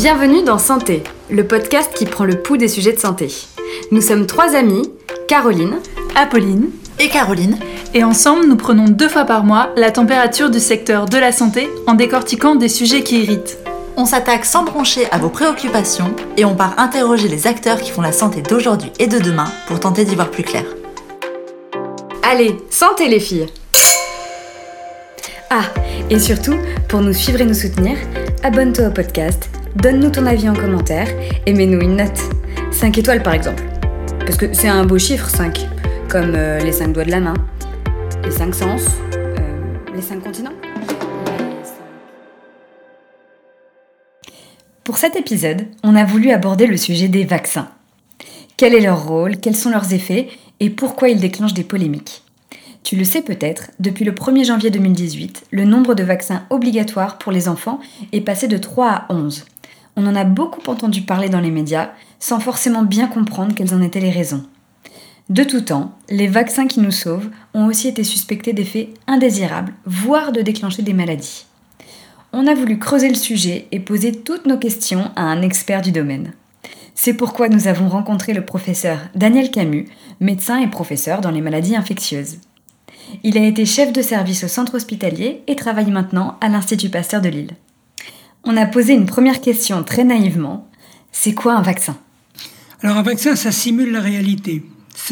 Bienvenue dans Santé, le podcast qui prend le pouls des sujets de santé. Nous sommes 3 amies, Caroline, Apolline et Caroline. Et ensemble, nous prenons 2 fois par mois la température du secteur de la santé en décortiquant des sujets qui irritent. On s'attaque sans broncher à vos préoccupations et on part interroger les acteurs qui font la santé d'aujourd'hui et de demain pour tenter d'y voir plus clair. Allez, santé les filles! Ah, et surtout, pour nous suivre et nous soutenir, abonne-toi au podcast, donne-nous ton avis en commentaire et mets-nous une note. 5 étoiles par exemple. Parce que c'est un beau chiffre 5, comme les 5 doigts de la main, les 5 sens, les 5 continents. Pour cet épisode, on a voulu aborder le sujet des vaccins. Quel est leur rôle, quels sont leurs effets et pourquoi ils déclenchent des polémiques. Tu le sais peut-être, depuis le 1er janvier 2018, le nombre de vaccins obligatoires pour les enfants est passé de 3 à 11. On en a beaucoup entendu parler dans les médias, sans forcément bien comprendre quelles en étaient les raisons. De tout temps, les vaccins qui nous sauvent ont aussi été suspectés d'effets indésirables, voire de déclencher des maladies. On a voulu creuser le sujet et poser toutes nos questions à un expert du domaine. C'est pourquoi nous avons rencontré le professeur Daniel Camus, médecin et professeur dans les maladies infectieuses. Il a été chef de service au centre hospitalier et travaille maintenant à l'Institut Pasteur de Lille. On a posé une première question très naïvement. C'est quoi un vaccin ? Alors un vaccin, ça simule la réalité.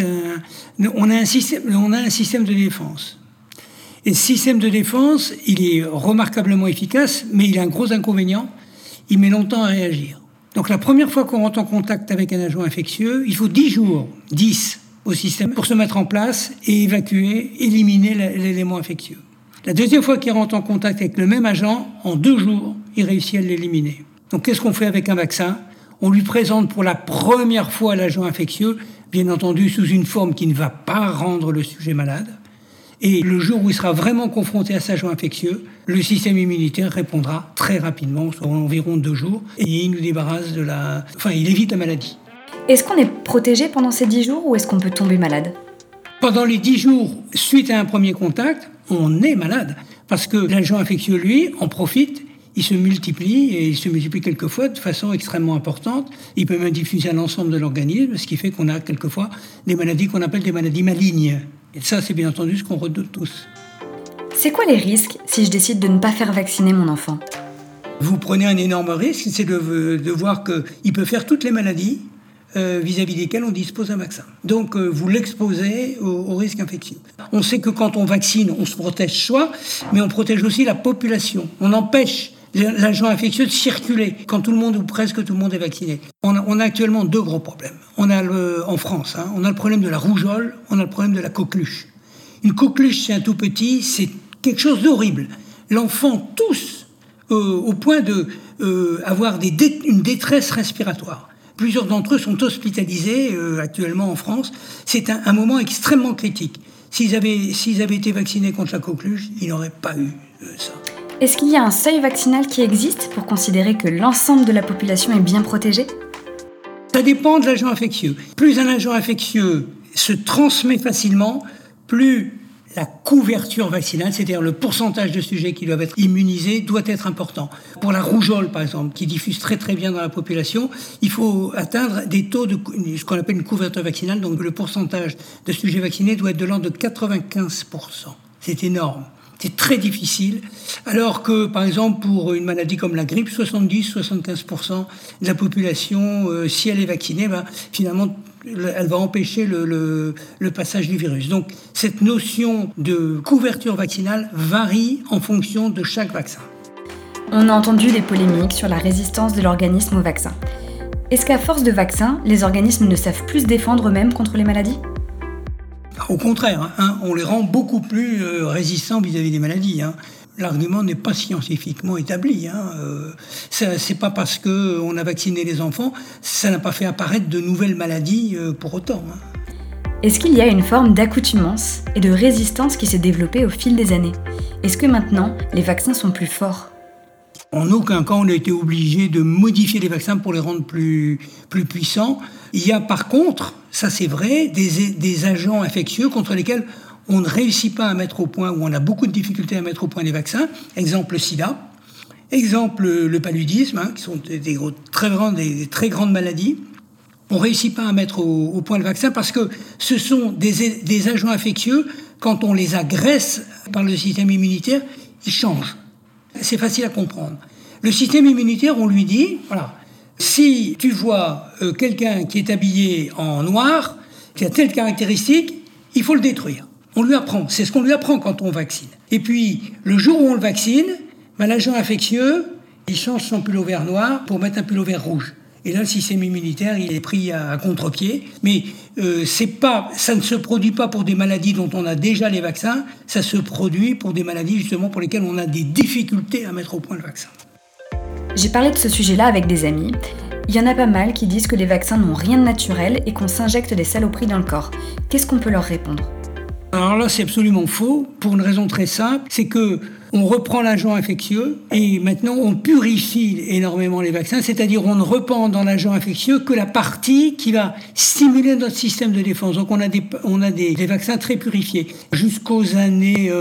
On a un système de défense. Et ce système de défense, il est remarquablement efficace, mais il a un gros inconvénient. Il met longtemps à réagir. Donc la première fois qu'on rentre en contact avec un agent infectieux, il faut 10 jours, 10 au système, pour se mettre en place et évacuer, éliminer l'élément infectieux. La deuxième fois qu'il rentre en contact avec le même agent, en 2 jours, il réussit à l'éliminer. Donc qu'est-ce qu'on fait avec un vaccin ? On lui présente pour la première fois l'agent infectieux, bien entendu sous une forme qui ne va pas rendre le sujet malade. Et le jour où il sera vraiment confronté à cet agent infectieux, le système immunitaire répondra très rapidement, soit environ 2 jours, et il nous débarrasse il évite la maladie. Est-ce qu'on est protégé pendant ces 10 jours ou est-ce qu'on peut tomber malade ? Pendant les 10 jours, suite à un premier contact, on est malade. Parce que l'agent infectieux, lui, en profite, il se multiplie, et il se multiplie quelquefois de façon extrêmement importante. Il peut même diffuser à l'ensemble de l'organisme, ce qui fait qu'on a quelquefois des maladies qu'on appelle des maladies malignes. Et ça, c'est bien entendu ce qu'on redoute tous. C'est quoi les risques si je décide de ne pas faire vacciner mon enfant ? Vous prenez un énorme risque, c'est de voir qu'il peut faire toutes les maladies vis-à-vis desquelles on dispose d'un vaccin. Donc, vous l'exposez au risque infectieux. On sait que quand on vaccine, on se protège soi, mais on protège aussi la population. On empêche l'agent infectieux de circuler quand tout le monde ou presque tout le monde est vacciné. On a actuellement 2 gros problèmes. On a en France, on a le problème de la rougeole, on a le problème de la coqueluche. Une coqueluche, c'est un tout petit, c'est quelque chose d'horrible. L'enfant tousse au point d'avoir une détresse respiratoire. Plusieurs d'entre eux sont hospitalisés actuellement en France. C'est un moment extrêmement critique. S'ils avaient été vaccinés contre la coqueluche, ils n'auraient pas eu ça. Est-ce qu'il y a un seuil vaccinal qui existe pour considérer que l'ensemble de la population est bien protégée ? Ça dépend de l'agent infectieux. Plus un agent infectieux se transmet facilement, plus la couverture vaccinale, c'est-à-dire le pourcentage de sujets qui doivent être immunisés, doit être important. Pour la rougeole, par exemple, qui diffuse très très bien dans la population, il faut atteindre des taux de ce qu'on appelle une couverture vaccinale. Donc le pourcentage de sujets vaccinés doit être de l'ordre de 95%. C'est énorme. C'est très difficile, alors que, par exemple, pour une maladie comme la grippe, 70-75% de la population, si elle est vaccinée, finalement, elle va empêcher le passage du virus. Donc, cette notion de couverture vaccinale varie en fonction de chaque vaccin. On a entendu des polémiques sur la résistance de l'organisme au vaccin. Est-ce qu'à force de vaccins, les organismes ne savent plus se défendre eux-mêmes contre les maladies ? Au contraire, on les rend beaucoup plus résistants vis-à-vis des maladies. L'argument n'est pas scientifiquement établi. C'est pas parce qu'on a vacciné les enfants, ça n'a pas fait apparaître de nouvelles maladies pour autant. Est-ce qu'il y a une forme d'accoutumance et de résistance qui s'est développée au fil des années ? Est-ce que maintenant, les vaccins sont plus forts ? En aucun cas, on a été obligé de modifier les vaccins pour les rendre plus puissants. Il y a par contre, ça c'est vrai, des agents infectieux contre lesquels on ne réussit pas à mettre au point, ou on a beaucoup de difficultés à mettre au point les vaccins. Exemple, le sida. Exemple, le paludisme, qui sont des très grandes maladies. On ne réussit pas à mettre au point le vaccin parce que ce sont des agents infectieux. Quand on les agresse par le système immunitaire, ils changent. C'est facile à comprendre. Le système immunitaire, on lui dit, voilà, si tu vois quelqu'un qui est habillé en noir, qui a telle caractéristique, il faut le détruire. On lui apprend. C'est ce qu'on lui apprend quand on vaccine. Et puis, le jour où on le vaccine, l'agent infectieux, il change son pull vert noir pour mettre un pull vert rouge. Et là, le système immunitaire, il est pris à contre-pied. Mais ça ne se produit pas pour des maladies dont on a déjà les vaccins. Ça se produit pour des maladies, justement, pour lesquelles on a des difficultés à mettre au point le vaccin. J'ai parlé de ce sujet-là avec des amis. Il y en a pas mal qui disent que les vaccins n'ont rien de naturel et qu'on s'injecte des saloperies dans le corps. Qu'est-ce qu'on peut leur répondre ? Alors là, c'est absolument faux, pour une raison très simple, c'est que on reprend l'agent infectieux et maintenant on purifie énormément les vaccins, c'est-à-dire on ne reprend dans l'agent infectieux que la partie qui va stimuler notre système de défense. Donc on a des vaccins très purifiés. Jusqu'aux années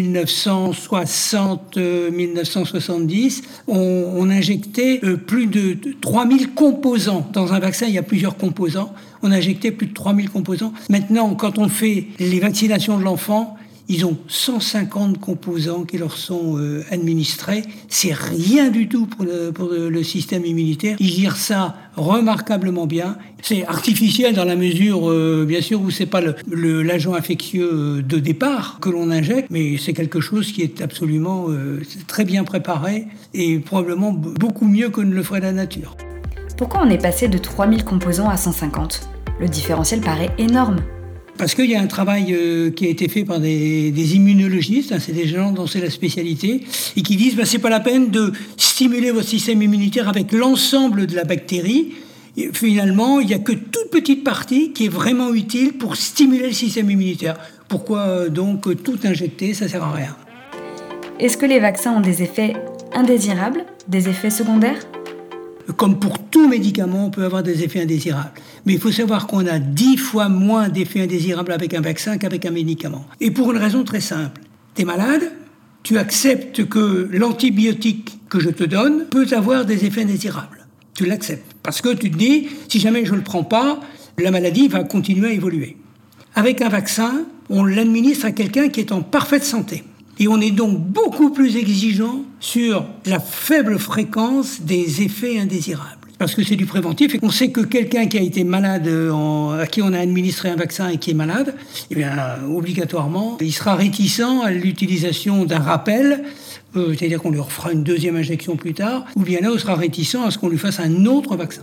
1960-1970, on injectait plus de 3000 composants. Dans un vaccin, il y a plusieurs composants. On injectait plus de 3000 composants. Maintenant, quand on fait les vaccinations de l'enfant, ils ont 150 composants qui leur sont administrés. C'est rien du tout pour le système immunitaire. Ils gèrent ça remarquablement bien. C'est artificiel dans la mesure, bien sûr, où c'est pas l'agent infectieux de départ que l'on injecte, mais c'est quelque chose qui est absolument très bien préparé et probablement beaucoup mieux que ne le ferait la nature. Pourquoi on est passé de 3000 composants à 150 ? Le différentiel paraît énorme. Parce qu'il y a un travail qui a été fait par des immunologistes, c'est des gens dont c'est la spécialité, et qui disent c'est pas la peine de stimuler votre système immunitaire avec l'ensemble de la bactérie. Et finalement, il n'y a que toute petite partie qui est vraiment utile pour stimuler le système immunitaire. Pourquoi donc tout injecter, ça sert à rien. Est-ce que les vaccins ont des effets indésirables, des effets secondaires ? Comme pour tout médicament, on peut avoir des effets indésirables. Mais il faut savoir qu'on a 10 fois moins d'effets indésirables avec un vaccin qu'avec un médicament. Et pour une raison très simple. Tu es malade, tu acceptes que l'antibiotique que je te donne peut avoir des effets indésirables. Tu l'acceptes. Parce que tu te dis, si jamais je ne le prends pas, la maladie va continuer à évoluer. Avec un vaccin, on l'administre à quelqu'un qui est en parfaite santé. Et on est donc beaucoup plus exigeant sur la faible fréquence des effets indésirables. Parce que c'est du préventif et qu'on sait que quelqu'un qui a été malade, à qui on a administré un vaccin et qui est malade, eh bien, obligatoirement, il sera réticent à l'utilisation d'un rappel, c'est-à-dire qu'on lui refera une deuxième injection plus tard, ou bien là, on sera réticent à ce qu'on lui fasse un autre vaccin.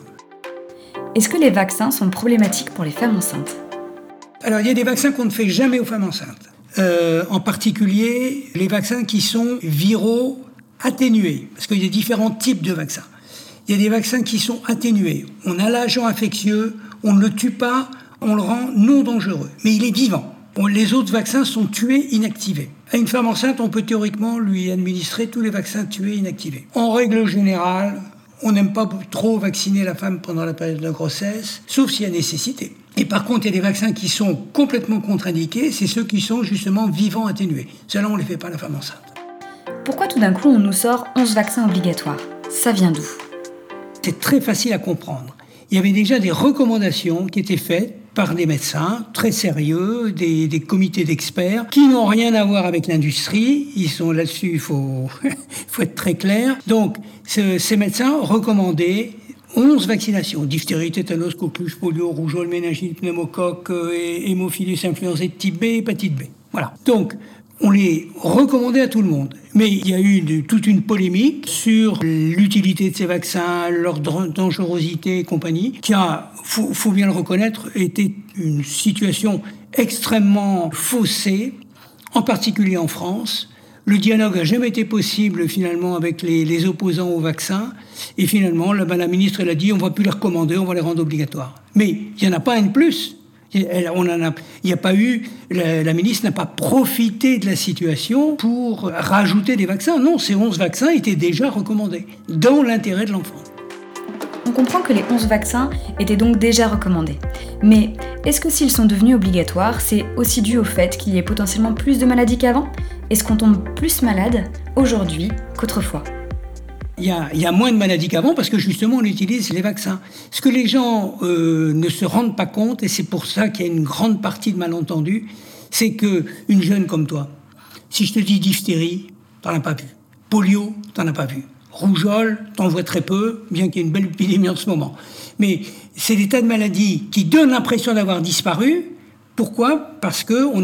Est-ce que les vaccins sont problématiques pour les femmes enceintes ? Alors, il y a des vaccins qu'on ne fait jamais aux femmes enceintes. En particulier, les vaccins qui sont viraux atténués, parce qu'il y a différents types de vaccins. Il y a des vaccins qui sont atténués. On a l'agent infectieux, on ne le tue pas, on le rend non dangereux, mais il est vivant. Les autres vaccins sont tués, inactivés. À une femme enceinte, on peut théoriquement lui administrer tous les vaccins tués, inactivés. En règle générale, on n'aime pas trop vacciner la femme pendant la période de grossesse, sauf s'il y a nécessité. Et par contre, il y a des vaccins qui sont complètement contre-indiqués, c'est ceux qui sont justement vivants atténués. Ceux-là, on ne les fait pas à la femme enceinte. Pourquoi tout d'un coup on nous sort 11 vaccins obligatoires ? Ça vient d'où ? C'est très facile à comprendre. Il y avait déjà des recommandations qui étaient faites par des médecins très sérieux, des comités d'experts, qui n'ont rien à voir avec l'industrie. Ils sont là-dessus, il faut être très clair. Donc, ces médecins recommandaient 11 vaccinations, diphtérie, tétanos, coqueluche, polio, rougeole, méningite, pneumocoque, hémophilus influenzae de type B, hépatite B. Voilà. Donc, on les recommandait à tout le monde. Mais il y a eu toute une polémique sur l'utilité de ces vaccins, leur dangerosité et compagnie, qui a, faut bien le reconnaître, été une situation extrêmement faussée, en particulier en France. Le dialogue n'a jamais été possible, finalement, avec les opposants au vaccin. Et finalement, la ministre, elle a dit, on ne va plus les recommander, on va les rendre obligatoires. Mais il n'y en a pas un de plus. Il n'y a pas eu, la ministre n'a pas profité de la situation pour rajouter des vaccins. Non, ces 11 vaccins étaient déjà recommandés, dans l'intérêt de l'enfant. On comprend que les 11 vaccins étaient donc déjà recommandés. Mais est-ce que s'ils sont devenus obligatoires, c'est aussi dû au fait qu'il y ait potentiellement plus de maladies qu'avant ? Est-ce qu'on tombe plus malade aujourd'hui qu'autrefois ? il y a moins de maladies qu'avant parce que justement on utilise les vaccins. Ce que les gens ne se rendent pas compte, et c'est pour ça qu'il y a une grande partie de malentendus, c'est qu'une jeune comme toi, si je te dis diphtérie, t'en as pas vu. Polio, t'en as pas vu. Rougeole, t'en vois très peu, bien qu'il y ait une belle épidémie en ce moment. Mais c'est des tas de maladies qui donnent l'impression d'avoir disparu. Pourquoi ? Parce qu'on a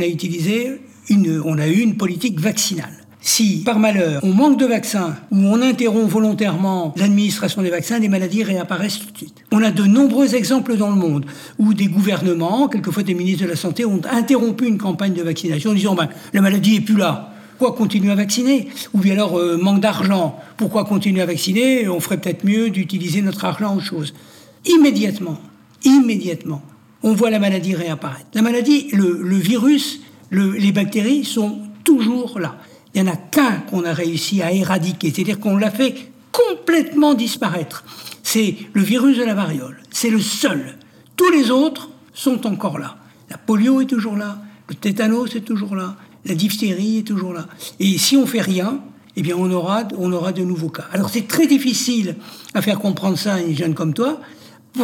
eu une politique vaccinale. Si, par malheur, on manque de vaccins ou on interrompt volontairement l'administration des vaccins, les maladies réapparaissent tout de suite. On a de nombreux exemples dans le monde où des gouvernements, quelquefois des ministres de la Santé, ont interrompu une campagne de vaccination en disant la maladie n'est plus là. Pourquoi continuer à vacciner ? Ou bien alors, manque d'argent. Pourquoi continuer à vacciner ? On ferait peut-être mieux d'utiliser notre argent en autre chose. Immédiatement, on voit la maladie réapparaître. La maladie, le virus, les bactéries sont toujours là. Il n'y en a qu'un qu'on a réussi à éradiquer, c'est-à-dire qu'on l'a fait complètement disparaître. C'est le virus de la variole. C'est le seul. Tous les autres sont encore là. La polio est toujours là, le tétanos est toujours là, la diphtérie est toujours là. Et si on fait rien, eh bien on aura de nouveaux cas. Alors c'est très difficile à faire comprendre ça à une jeune comme toi. Pourquoi ?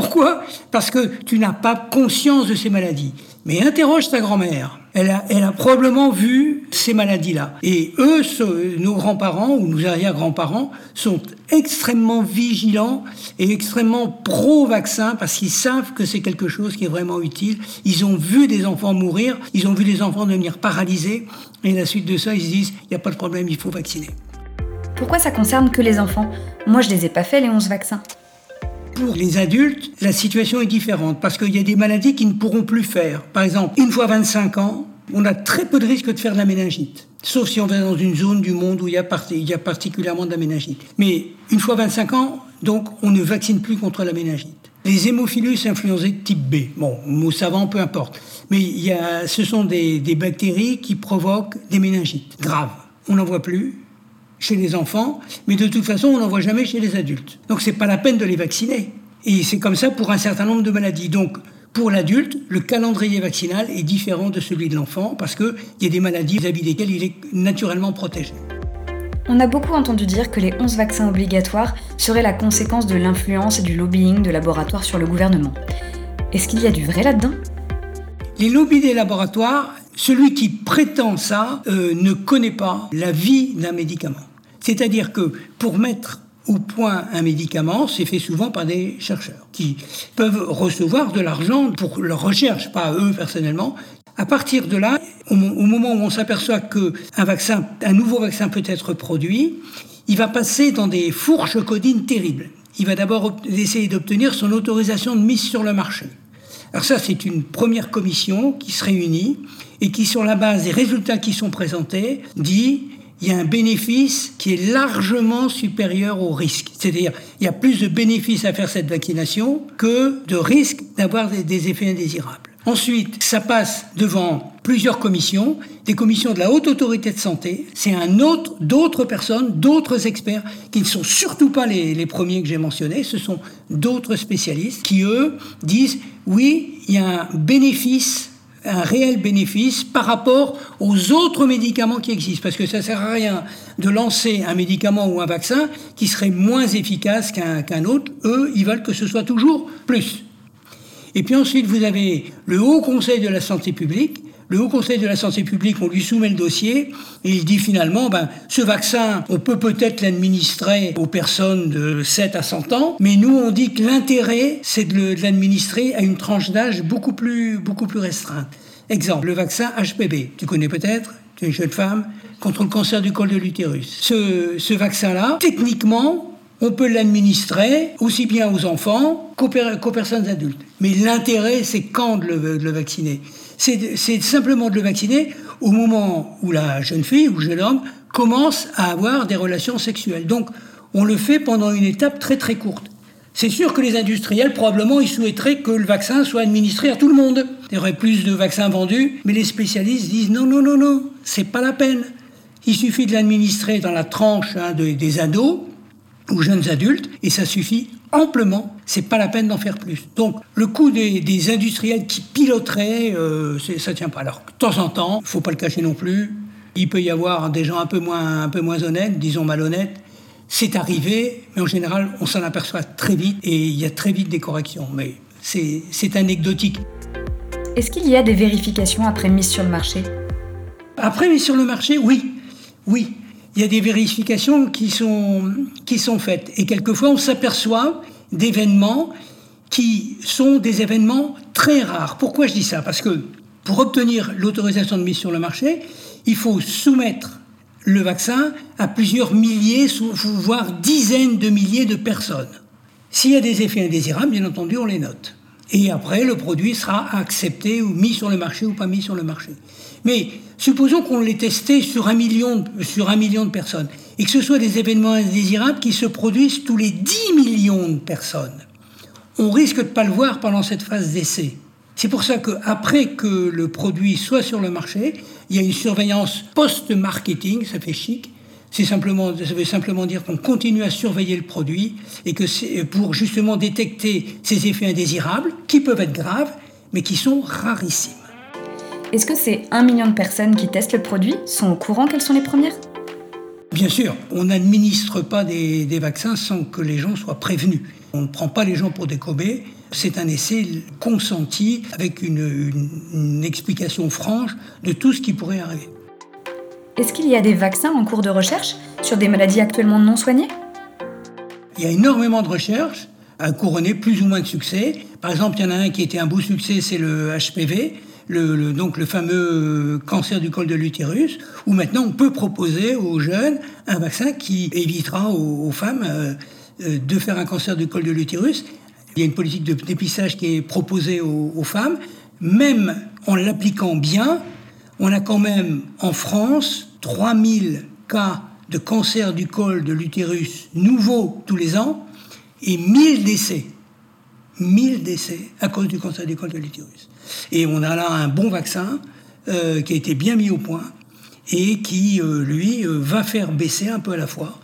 Parce que tu n'as pas conscience de ces maladies. Mais interroge ta grand-mère. Elle a probablement vu ces maladies-là. Et eux, nos grands-parents ou nos arrière-grands-parents sont extrêmement vigilants et extrêmement pro-vaccin parce qu'ils savent que c'est quelque chose qui est vraiment utile. Ils ont vu des enfants mourir, ils ont vu des enfants devenir paralysés. Et à la suite de ça, ils se disent, il n'y a pas de problème, il faut vacciner. Pourquoi ça concerne que les enfants ? Moi, je les ai pas fait, les 11 vaccins. Pour les adultes, la situation est différente parce qu'il y a des maladies qui ne pourront plus faire. Par exemple, une fois 25 ans, on a très peu de risques de faire de la méningite. Sauf si on va dans une zone du monde où il y a particulièrement de la méningite. Mais une fois 25 ans, donc, on ne vaccine plus contre la méningite. Les hémophilus influenzae de type B, bon, mot savant, peu importe. Mais ce sont des bactéries qui provoquent des méningites graves. On n'en voit plus chez les enfants, mais de toute façon, on n'en voit jamais chez les adultes. Donc, c'est pas la peine de les vacciner. Et c'est comme ça pour un certain nombre de maladies. Donc, pour l'adulte, le calendrier vaccinal est différent de celui de l'enfant parce qu'il y a des maladies vis-à-vis desquelles il est naturellement protégé. On a beaucoup entendu dire que les 11 vaccins obligatoires seraient la conséquence de l'influence et du lobbying de laboratoires sur le gouvernement. Est-ce qu'il y a du vrai là-dedans ? Les lobbies des laboratoires, celui qui prétend ça ne connaît pas la vie d'un médicament. C'est-à-dire que pour mettre au point un médicament, c'est fait souvent par des chercheurs qui peuvent recevoir de l'argent pour leur recherche, pas eux personnellement. À partir de là, au moment où on s'aperçoit qu'un nouveau vaccin peut être produit, il va passer dans des fourches codines terribles. Il va d'abord essayer d'obtenir son autorisation de mise sur le marché. Alors ça, c'est une première commission qui se réunit et qui, sur la base des résultats qui sont présentés, dit il y a un bénéfice qui est largement supérieur au risque. C'est-à-dire, il y a plus de bénéfices à faire cette vaccination que de risques d'avoir des effets indésirables. Ensuite, ça passe devant plusieurs commissions, des commissions de la Haute Autorité de Santé. C'est d'autres personnes, d'autres experts, qui ne sont surtout pas les premiers que j'ai mentionnés, ce sont d'autres spécialistes qui, eux, disent oui, il y a un réel bénéfice par rapport aux autres médicaments qui existent. Parce que ça ne sert à rien de lancer un médicament ou un vaccin qui serait moins efficace qu'un autre. Eux, ils veulent que ce soit toujours plus. Et puis ensuite, vous avez le Haut Conseil de la Santé publique. Le Haut Conseil de la Santé publique, on lui soumet le dossier et il dit finalement, ce vaccin, on peut peut-être l'administrer aux personnes de 7 à 100 ans, mais nous, on dit que l'intérêt, c'est de l'administrer à une tranche d'âge beaucoup plus restreinte. Exemple, le vaccin HPV, tu connais peut-être, tu es une jeune femme, contre le cancer du col de l'utérus. Ce vaccin-là, techniquement, on peut l'administrer aussi bien aux enfants qu'aux personnes adultes. Mais l'intérêt, c'est quand de le vacciner ? C'est simplement de le vacciner au moment où la jeune fille ou le jeune homme commence à avoir des relations sexuelles. Donc, on le fait pendant une étape très très courte. C'est sûr que les industriels, probablement, ils souhaiteraient que le vaccin soit administré à tout le monde. Il y aurait plus de vaccins vendus, mais les spécialistes disent non, c'est pas la peine. Il suffit de l'administrer dans la tranche des ados ou jeunes adultes, et ça suffit amplement, c'est pas la peine d'en faire plus. Donc, le coût des industriels qui piloteraient, ça tient pas. Alors, de temps en temps, faut pas le cacher non plus, il peut y avoir des gens un peu moins honnêtes, disons malhonnêtes, C'est arrivé, mais en général, on s'en aperçoit très vite et il y a très vite des corrections. Mais c'est anecdotique. Est-ce qu'il y a des vérifications après mise sur le marché ? Après mise sur le marché, oui. Il y a des vérifications qui sont faites. Et quelquefois, on s'aperçoit d'événements qui sont des événements très rares. Pourquoi je dis ça ? Parce que pour obtenir l'autorisation de mise sur le marché, il faut soumettre le vaccin à plusieurs milliers, voire dizaines de milliers de personnes. S'il y a des effets indésirables, bien entendu, on les note. Et après, le produit sera accepté ou mis sur le marché ou pas mis sur le marché. Mais supposons qu'on l'ait testé sur 1 million de personnes et que ce soit des événements indésirables qui se produisent tous les 10 millions de personnes. On risque de ne pas le voir pendant cette phase d'essai. C'est pour ça qu'après que le produit soit sur le marché, il y a une surveillance post-marketing, ça fait chic. Ça veut simplement dire qu'on continue à surveiller le produit et que c'est pour justement détecter ces effets indésirables qui peuvent être graves, mais qui sont rarissimes. Est-ce que ces 1 million de personnes qui testent le produit sont au courant qu'elles sont les premières ? Bien sûr, on n'administre pas des vaccins sans que les gens soient prévenus. On ne prend pas les gens pour des cobayes. C'est un essai consenti avec une explication franche de tout ce qui pourrait arriver. Est-ce qu'il y a des vaccins en cours de recherche sur des maladies actuellement non soignées ? Il y a énormément de recherches à couronner plus ou moins de succès. Par exemple, il y en a un qui a été un beau succès, c'est le HPV, donc le fameux cancer du col de l'utérus, où maintenant on peut proposer aux jeunes un vaccin qui évitera aux femmes de faire un cancer du col de l'utérus. Il y a une politique de dépistage qui est proposée aux femmes. Même en l'appliquant bien, on a quand même en France 3000 cas de cancer du col de l'utérus nouveaux tous les ans et 1000 décès. 1000 décès à cause du cancer du col de l'utérus. Et on a là un bon vaccin qui a été bien mis au point et qui, lui, va faire baisser un peu à la fois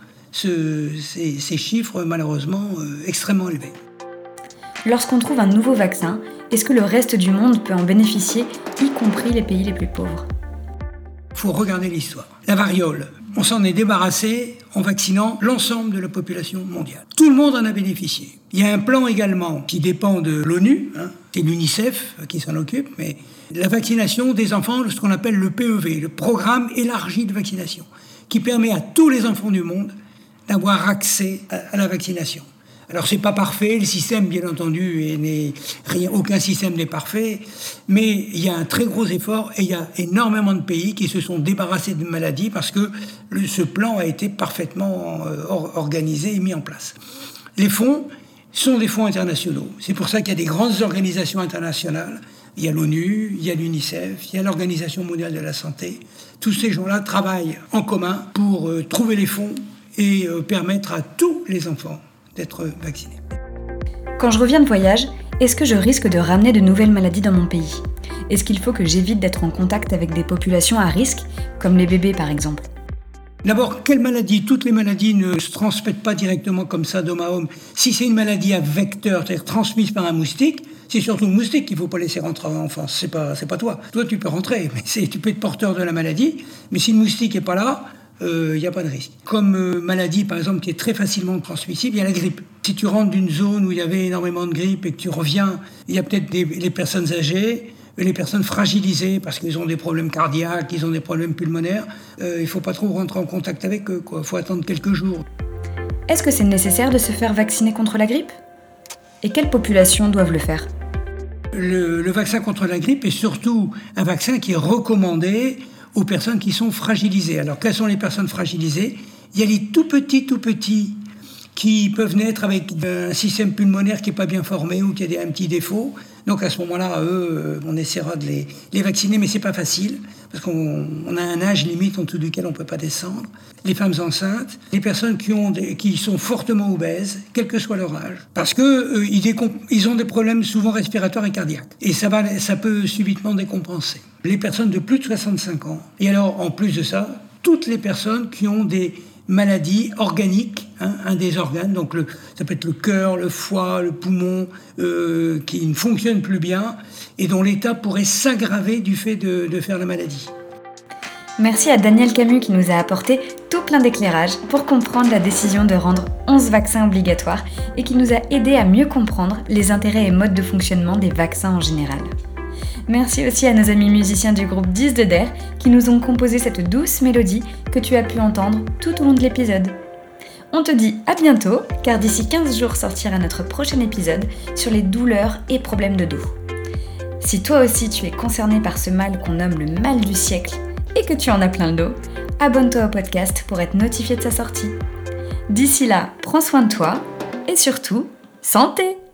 ces chiffres malheureusement extrêmement élevés. Lorsqu'on trouve un nouveau vaccin, est-ce que le reste du monde peut en bénéficier, y compris les pays les plus pauvres ? Il faut regarder l'histoire. La variole, on s'en est débarrassé en vaccinant l'ensemble de la population mondiale. Tout le monde en a bénéficié. Il y a un plan également qui dépend de l'ONU, c'est l'UNICEF qui s'en occupe, mais la vaccination des enfants, ce qu'on appelle le PEV, le programme élargi de vaccination, qui permet à tous les enfants du monde d'avoir accès à la vaccination. Alors c'est pas parfait, le système bien entendu, aucun système n'est parfait, mais il y a un très gros effort et il y a énormément de pays qui se sont débarrassés de maladies parce que ce plan a été parfaitement organisé et mis en place. Les fonds sont des fonds internationaux, c'est pour ça qu'il y a des grandes organisations internationales, il y a l'ONU, il y a l'UNICEF, il y a l'Organisation mondiale de la santé, tous ces gens-là travaillent en commun pour trouver les fonds et permettre à tous les enfants d'être vaccinés. Quand je reviens de voyage, est-ce que je risque de ramener de nouvelles maladies dans mon pays ? Est-ce qu'il faut que j'évite d'être en contact avec des populations à risque, comme les bébés par exemple ? D'abord, quelle maladie ? Toutes les maladies ne se transmettent pas directement comme ça d'homme à homme. Si c'est une maladie à vecteur, c'est-à-dire transmise par un moustique, c'est surtout le moustique qu'il ne faut pas laisser rentrer en enfance. C'est pas toi. Toi, tu peux rentrer, mais tu peux être porteur de la maladie. Mais si le moustique n'est pas là, il n'y a pas de risque. Comme maladie, par exemple, qui est très facilement transmissible, il y a la grippe. Si tu rentres d'une zone où il y avait énormément de grippe et que tu reviens, il y a peut-être les personnes âgées, les personnes fragilisées parce qu'ils ont des problèmes cardiaques, ils ont des problèmes pulmonaires. Il ne faut pas trop rentrer en contact avec eux, quoi. Il faut attendre quelques jours. Est-ce que c'est nécessaire de se faire vacciner contre la grippe ? Et quelles populations doivent le faire ? Le vaccin contre la grippe est surtout un vaccin qui est recommandé aux personnes qui sont fragilisées. Alors, quelles sont les personnes fragilisées ? Il y a les tout petits qui peuvent naître avec un système pulmonaire qui n'est pas bien formé ou qui a un petit défaut. Donc, à ce moment-là, on essaiera de les vacciner, mais ce n'est pas facile, parce qu'on a un âge limite en dessous duquel on ne peut pas descendre. Les femmes enceintes, les personnes qui sont fortement obèses, quel que soit leur âge, parce qu'ils ont des problèmes souvent respiratoires et cardiaques. Et ça peut subitement décompenser. Les personnes de plus de 65 ans. Et alors, en plus de ça, toutes les personnes qui ont des maladies organiques, un des organes, donc ça peut être le cœur, le foie, le poumon, qui ne fonctionnent plus bien et dont l'état pourrait s'aggraver du fait de faire la maladie. Merci à Daniel Camus qui nous a apporté tout plein d'éclairages pour comprendre la décision de rendre 11 vaccins obligatoires et qui nous a aidé à mieux comprendre les intérêts et modes de fonctionnement des vaccins en général. Merci aussi à nos amis musiciens du groupe 10 de Der qui nous ont composé cette douce mélodie que tu as pu entendre tout au long de l'épisode. On te dit à bientôt, car d'ici 15 jours sortira notre prochain épisode sur les douleurs et problèmes de dos. Si toi aussi tu es concerné par ce mal qu'on nomme le mal du siècle et que tu en as plein le dos, abonne-toi au podcast pour être notifié de sa sortie. D'ici là, prends soin de toi et surtout, santé!